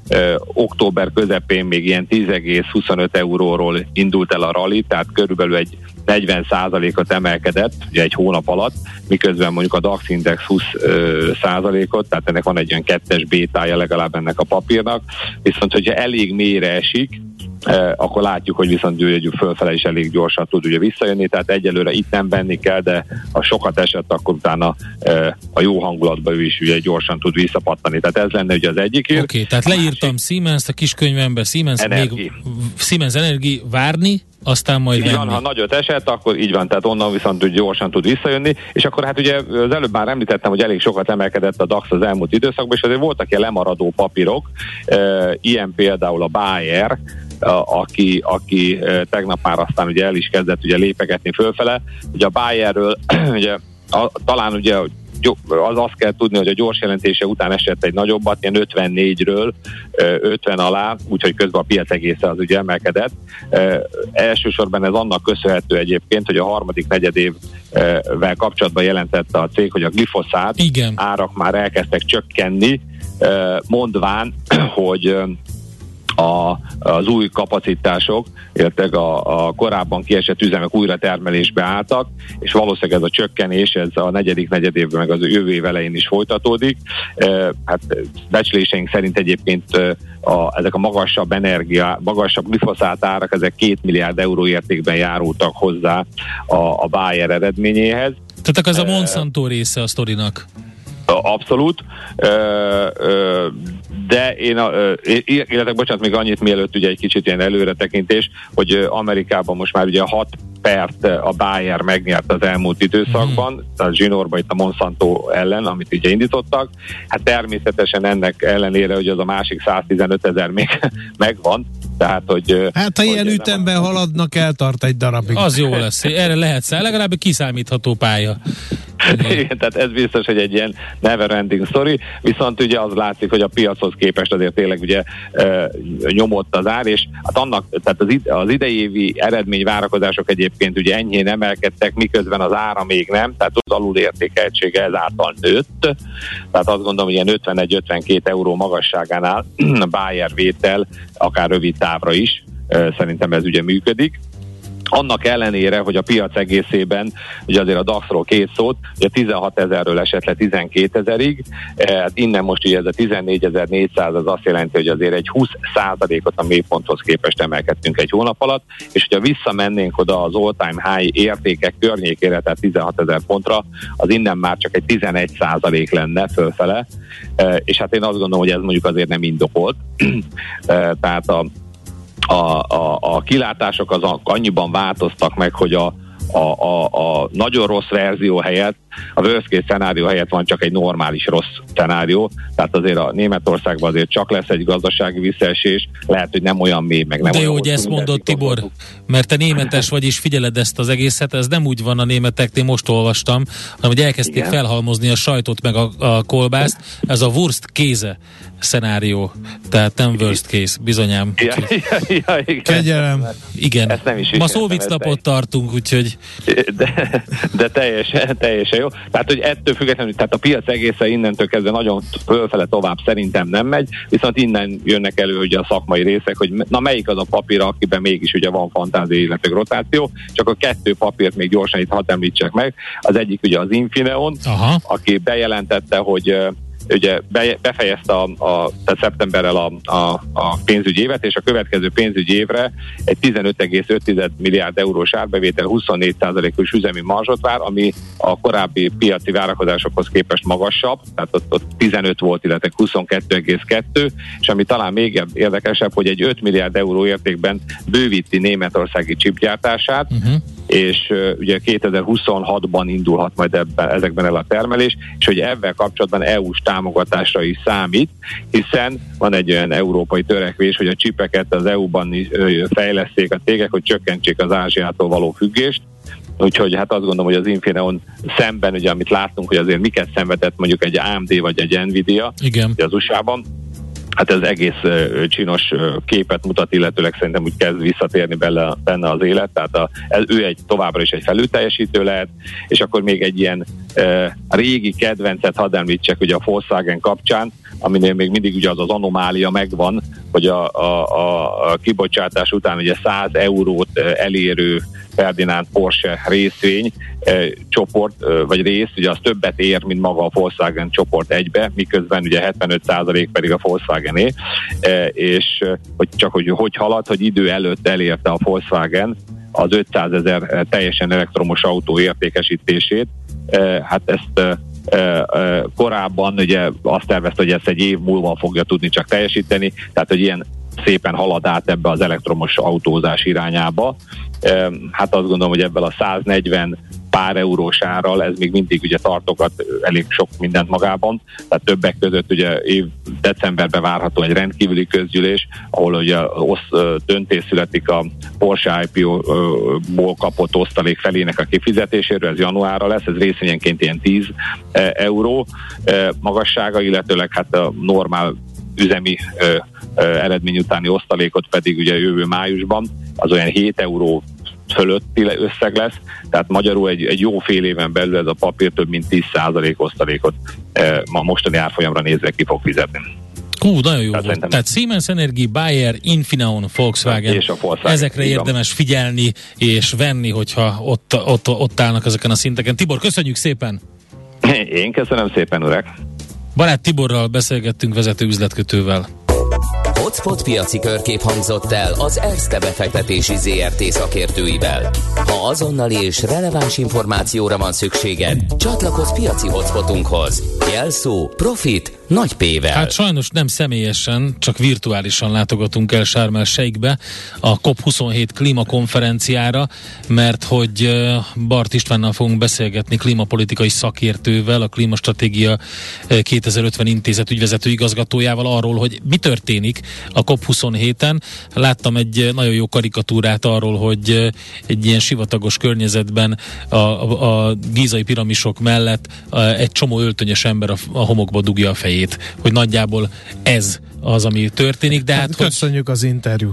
október közepén még ilyen 10,25 euróról indult el a rally, tehát körülbelül egy 40%-ot emelkedett ugye egy hónap alatt, miközben mondjuk a DAX Index 20%-ot, tehát ennek van egy olyan 2-es bétája legalább ennek a papírnak, viszont hogyha elég mélyre esik, akkor látjuk, hogy viszont fölfele is elég gyorsan tud ugye visszajönni, tehát egyelőre itt nem venni kell, de ha sokat esett, akkor utána a jó hangulatban ő is ugye gyorsan tud visszapattani. Tehát ez lenne ugye az egyik hír. Oké, tehát leírtam Siemens-t a kiskönyvembe, Siemens Energy várni, aztán majd venni. Van, ha nagyot esett, akkor így van, tehát onnan viszont gyorsan tud visszajönni, és akkor hát ugye az előbb már említettem, hogy elég sokat emelkedett a DAX az elmúlt időszakban, és azért voltak ilyen lemaradó papírok, ilyen például a Bayer, aki tegnap már aztán ugye el is kezdett ugye lépegetni fölfele. Ugye a Bayerről ugye, talán ugye az azt kell tudni, hogy a gyors jelentése után esett egy nagyobbat, ilyen 54-ről 50 alá, úgyhogy közben a piac egésze az ugye emelkedett. Elsősorban ez annak köszönhető egyébként, hogy a harmadik negyedévvel kapcsolatban jelentette a cég, hogy a glifoszát árak már elkezdtek csökkenni, mondván, hogy az új kapacitások, illetve a korábban kiesett üzemek újra termelésbe álltak, és valószínűleg ez a csökkenés, ez a negyedik negyedévben, meg az jövő év elején is folytatódik. Hát becsléseink szerint egyébként ezek a magasabb glifoszát árak, ezek 2 milliárd euró értékben járultak hozzá a Bayer eredményéhez. Tehát ez a Monsanto része a sztorinak. Abszolút, de illetve bocsánat, még annyit mielőtt ugye egy kicsit ilyen előretekintés, hogy Amerikában most már ugye 6 pert a Bayer megnyert az elmúlt időszakban, a Zsinorba itt a Monsanto ellen, amit ugye indítottak. Hát természetesen ennek ellenére, hogy az a másik 115 000 még megvan, tehát, hogy... Hát, ha ilyen ütemben haladnak, eltart egy darabig. Az jó lesz, erre lehet legalább kiszámítható pálya. Igen, tehát ez biztos, hogy egy ilyen never ending story, viszont ugye az látszik, hogy a piachoz képest azért tényleg ugye nyomott az ár, és hát tehát az idei évi eredményvárakozások egyébként ugye enyhén emelkedtek, miközben az ára még nem, tehát az alulértékeltsége ezáltal nőtt, tehát azt gondolom, hogy ilyen 51-52 euró magasságánál a Bayer vétel, akár rövid távra is, szerintem ez ugye működik. Annak ellenére, hogy a piac egészében, ugye azért a DAX-ról 2 szót, ugye 16 000-ről esett le 12 000-ig, hát innen most ugye ez a 14.400 az azt jelenti, hogy azért egy 20%-ot a mélyponthoz képest emelkedtünk egy hónap alatt, és hogyha visszamennénk oda az all-time high értékek környékére, tehát 16 000 pontra, az innen már csak egy 11% lenne fölfele, és hát én azt gondolom, hogy ez mondjuk azért nem indokolt, tehát a kilátások az annyiban változtak meg, hogy a nagyon rossz verzió helyett, a worst case szenárió helyett van csak egy normális rossz szenárió, tehát azért a Németországban azért csak lesz egy gazdasági visszaesés, lehet, hogy nem olyan mély, meg nem de olyan... De jó, hogy ezt mondod, Tibor, mert te németes vagy, és figyeled ezt az egészet, ez nem úgy van a németeknél, most olvastam, hanem hogy elkezdték felhalmozni a sajtot meg a kolbászt, ez a worst case szenárió, tehát nem worst case, bizonyám. Igen. Kegyelem. Igen. Ma szóvicnapot tartunk, úgyhogy... De teljesen jó. Tehát, hogy ettől függetlenül, tehát a piac egészen innentől kezdve nagyon fölfele tovább szerintem nem megy, viszont innen jönnek elő ugye a szakmai részek, hogy na melyik az a papír, akiben mégis ugye van fantázia, illetve rotáció, csak a 2 papírt még gyorsan itt hadd említsek meg. Az egyik ugye az Infineon, aki bejelentette, hogy ugye befejezte tehát szeptemberrel a pénzügyi évet, és a következő pénzügyi évre egy 15,5 milliárd eurós árbevétel 24%-os üzemi marzsot vár, ami a korábbi piaci várakozásokhoz képest magasabb, tehát ott 15 volt, illetve 22,2, és ami talán még érdekesebb, hogy egy 5 milliárd euró értékben bővíti németországi chipgyártását, és ugye 2026-ban indulhat majd ezekben el a termelés, és hogy ebben kapcsolatban EU-s támogatásra is számít, hiszen van egy olyan európai törekvés, hogy a csipeket az EU-ban is fejleszték a cégek, hogy csökkentsék az Ázsiától való függést, úgyhogy hát azt gondolom, hogy az Infineon szemben, ugye amit láttunk, hogy azért miket szenvedett mondjuk egy AMD vagy egy Nvidia az USA-ban, hát ez egész csinos képet mutat, illetőleg szerintem úgy kezd visszatérni benne az élet, tehát ő továbbra is egy felülteljesítő lehet, és akkor még egy ilyen régi kedvencet hadd említsek ugye a Volkswagen kapcsán, aminél még mindig ugye az anomália megvan, hogy a kibocsátás után ugye 100 eurót elérő Ferdinand Porsche részvény csoport, vagy rész, ugye az többet ér, mint maga a Volkswagen csoport egybe, miközben ugye 75% pedig a Volkswagené, és hogy halad, hogy idő előtt elérte a Volkswagen az 500 000 teljesen elektromos autó értékesítését. Hát ezt korábban ugye azt tervezte, hogy ezt egy év múlva fogja tudni csak teljesíteni, tehát hogy ilyen szépen halad át ebbe az elektromos autózás irányába. Hát azt gondolom, hogy ebből a 140 pár eurós árral ez még mindig ugye tartogat elég sok mindent magában, tehát többek között ugye decemberben várható egy rendkívüli közgyűlés, ahol ugye döntés születik a Porsche IPO-ból kapott osztalék felének a kifizetéséről, ez januárra lesz, ez részvényenként ilyen 10 euró magassága, illetőleg hát a normál üzemi eredmény utáni osztalékot pedig ugye jövő májusban, az olyan 7 euró fölötti összeg lesz, tehát magyarul egy jó fél éven belül ez a papír több mint 10% osztalékot ma mostani árfolyamra nézve ki fog fizetni. Nagyon jó volt. Tehát Siemens Energy, Bayer, Infineon, Volkswagen, és a Volkswagen. Ezekre érdemes figyelni és venni, hogyha ott állnak ezeken a szinteken. Tibor, köszönjük szépen! Én köszönöm szépen, urak! Barát Tiborral beszélgettünk, vezető üzletkötővel. Hotspot piaci körkép hangzott el az Erste befektetési ZRT szakértőivel. Ha azonnali és releváns információra van szükséged, csatlakozz piaci hotspotunkhoz. Jelszó Profit nagy P-vel. Hát sajnos nem személyesen, csak virtuálisan látogatunk el Sharm el-Sheikbe a COP27 klímakonferenciára, mert hogy Bart Istvánnal fogunk beszélgetni klímapolitikai szakértővel, a Klímastratégia 2050 intézet ügyvezető igazgatójával arról, hogy mi történik a COP27-en. Láttam egy nagyon jó karikatúrát arról, hogy egy ilyen sivatagos környezetben a gízai piramisok mellett egy csomó öltönyös ember a homokba dugja a fejét, hogy nagyjából ez az, ami történik, de hát köszönjük az interjút.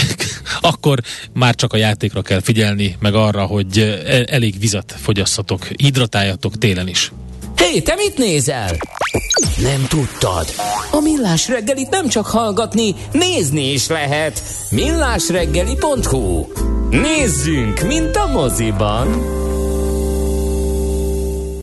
Akkor már csak a játékra kell figyelni, meg arra, hogy elég vizet fogyasszatok, hidratáljatok télen is. Hé, te mit nézel? Nem tudtad? A Millás reggelit nem csak hallgatni, nézni is lehet. millásreggeli.hu. Nézzünk, mint a moziban!